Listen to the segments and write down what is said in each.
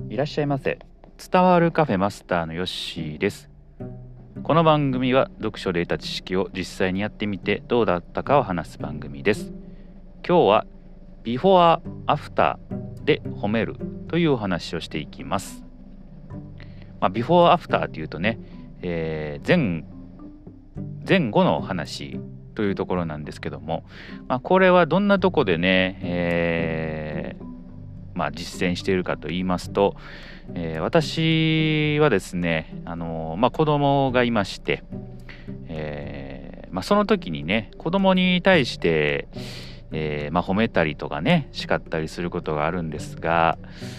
いらっしゃいませ。伝わるカフェマスターのヨッシーです。この番組は読書で得た知識を実際にやってみてどうだったかを話す番組です。今日はビフォーアフターで褒めるというお話をしていきます。ビフォーアフターというとね、前後の話というところなんですけども、これはどんなとこでね、実践しているかと言いますと、私はですね、子供がいまして、その時にね子供に対して、褒めたりとかね叱ったりすることがあるんですが、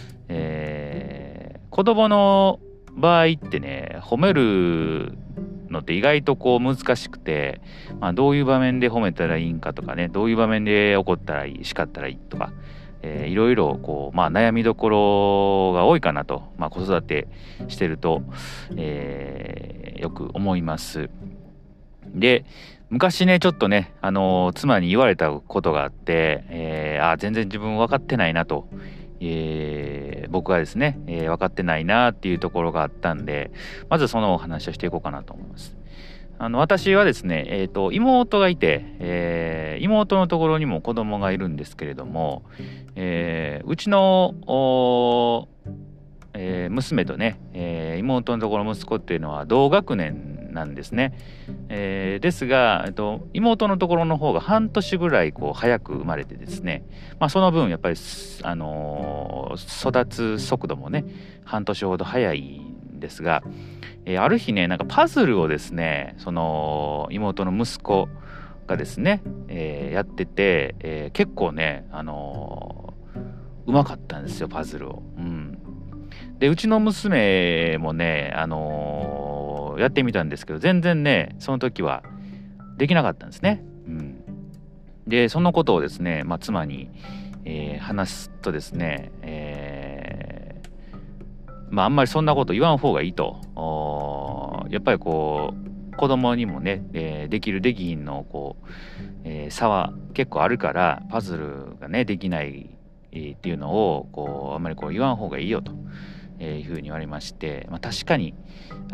子供の場合ってね褒めるのって意外と難しくて、どういう場面で褒めたらいいんかとかね、どういう場面で怒ったらいい、叱ったらいいとか、いろいろ悩みどころが多いかなと、子育てしてると、よく思います。で、昔ねちょっとね、妻に言われたことがあって、全然自分分かってないなと、僕はですね、分かってないなっていうところがあったんで、まずそのお話をしていこうかなと思います。私はですね、妹がいて、妹のところにも子供がいるんですけれども、うちの娘とね、妹のところの息子っていうのは同学年なんですね。ですが、妹のところの方が半年ぐらい早く生まれてですね、その分やっぱり、育つ速度もね半年ほど早いんですが、ある日ねなんかパズルをですねその妹の息子がですね、やってて、結構ねうまかったんですよパズルを。でうちの娘もねやってみたんですけど全然ねその時はできなかったんですね。でそのことをですね、妻に、話すとですね、あんまりそんなこと言わん方がいいと、やっぱり子供にもね、できるできひんの差は結構あるからパズルがねできない、っていうのをあんまり言わん方がいいよと、いうふうに言われまして、確かに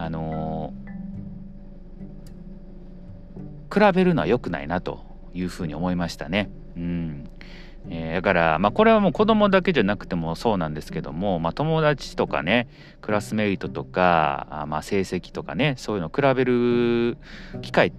比べるのは良くないなというふうに思いましたね。だから、これはもう子供だけじゃなくてもそうなんですけども、友達とかねクラスメイトとか、成績とかねそういうのを比べる機会って、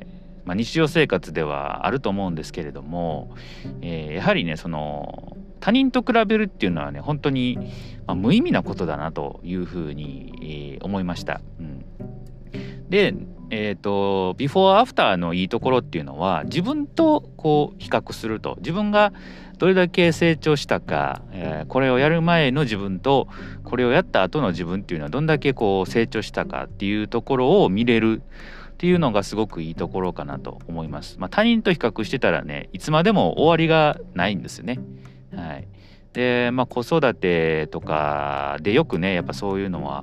日常生活ではあると思うんですけれども、やはりねその他人と比べるっていうのはね本当に、無意味なことだなというふうに、思いました。でビフォーアフターのいいところっていうのは自分と比較すると、自分がどれだけ成長したか、これをやる前の自分とこれをやった後の自分っていうのはどんだけ成長したかっていうところを見れるっていうのがすごくいいところかなと思います。他人と比較してたらねいつまでも終わりがないんですよね。で子育てとかでよくねやっぱそういうのは、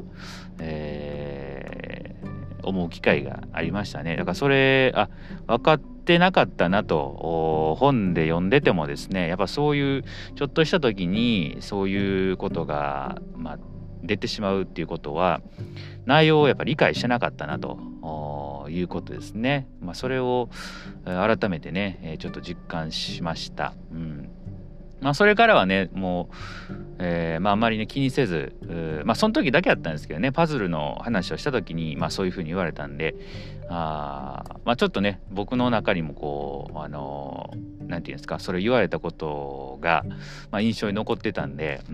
思う機会がありましたね。だからそれ分かってなかったなと本で読んでてもですねやっぱそういうちょっとした時にそういうことが、出てしまうっていうことは内容をやっぱ理解してなかったなということですね。それを改めてねちょっと実感しました。それからはねもう、あんまりね気にせず、その時だけだったんですけどねパズルの話をした時に、そういうふうに言われたんでちょっとね僕の中にもなんていうんですかそれ言われたことが、印象に残ってたんで、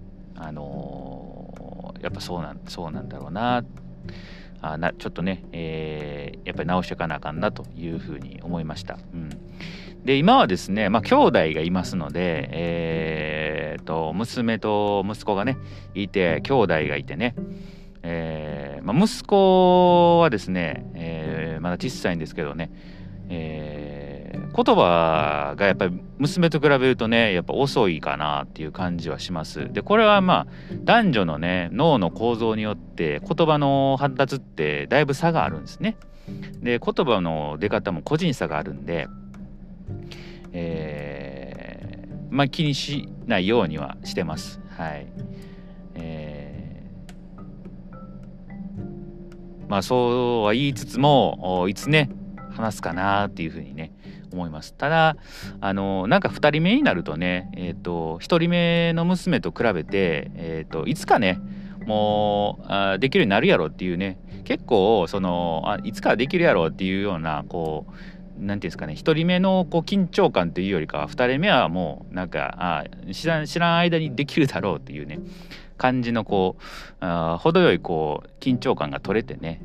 やっぱそうなんだろうなちょっとね、やっぱり直していかなあかんなというふうに思いました。で今はですね、兄弟がいますので、娘と息子がねいて兄弟がいてね、息子はですね、まだ小さいんですけどね、言葉がやっぱり娘と比べるとねやっぱ遅いかなっていう感じはします。でこれは男女のね脳の構造によって言葉の発達ってだいぶ差があるんですね。で言葉の出方も個人差があるんで、気にしないようにはしてます。 そうは言いつつもいつね話すかなっていうふうにね思います。ただなんか2人目になるとね1人目の娘と比べていつかねもうできるようになるやろっていうね、結構いつかできるやろっていうようなこうなんていうんですかね、1人目の緊張感というよりかは2人目はもうなんか知らん間にできるだろうっていうね感じの程よい緊張感が取れてね、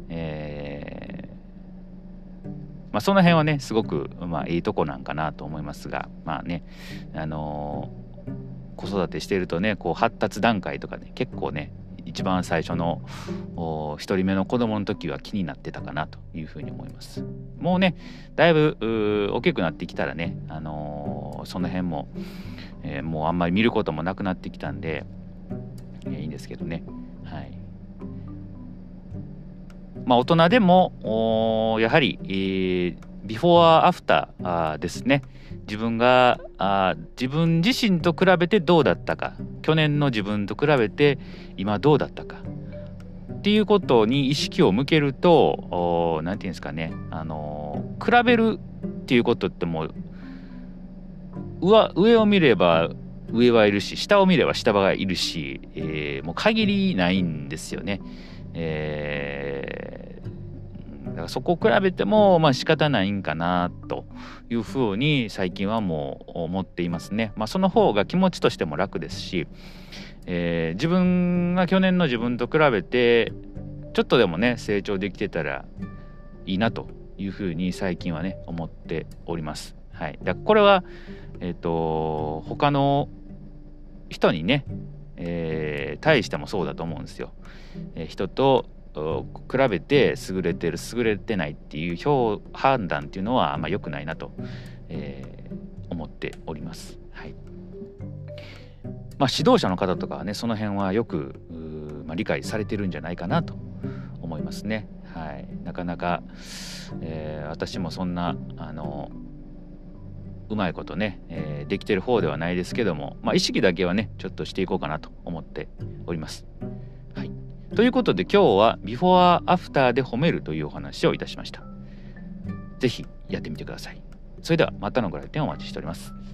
その辺はねすごくいいとこなんかなと思いますが、子育てしているとね発達段階とかね結構ね一番最初の1人目の子供の時は気になってたかなというふうに思います。もうねだいぶ大きくなってきたらね、その辺も、もうあんまり見ることもなくなってきたんで、いいんですけどね。はい。大人でもやはり、ビフォーアフターですね。自分自身と比べてどうだったか、去年の自分と比べて今どうだったかっていうことに意識を向けると、なんていうんですかね、比べるっていうことってもう上を見れば上はいるし、下を見れば下がいるし、もう限りないんですよね。だからそこを比べても仕方ないんかなというふうに最近はもう思っていますね。その方が気持ちとしても楽ですし、自分が去年の自分と比べてちょっとでもね成長できてたらいいなというふうに最近はね思っております。はい。だからこれは他の人にね、対してもそうだと思うんですよ。人と比べて優れてる優れてないっていう判断っていうのは良くないなと、思っております。はい。指導者の方とかはねその辺はよく理解されてるんじゃないかなと思いますね。はい。なかなか、私もそんなうまいことね、できてる方ではないですけども、意識だけはねちょっとしていこうかなと思っております。はい。ということで今日はビフォーアフターで褒めるというお話をいたしました。ぜひやってみてください。それではまたのご来店お待ちしております。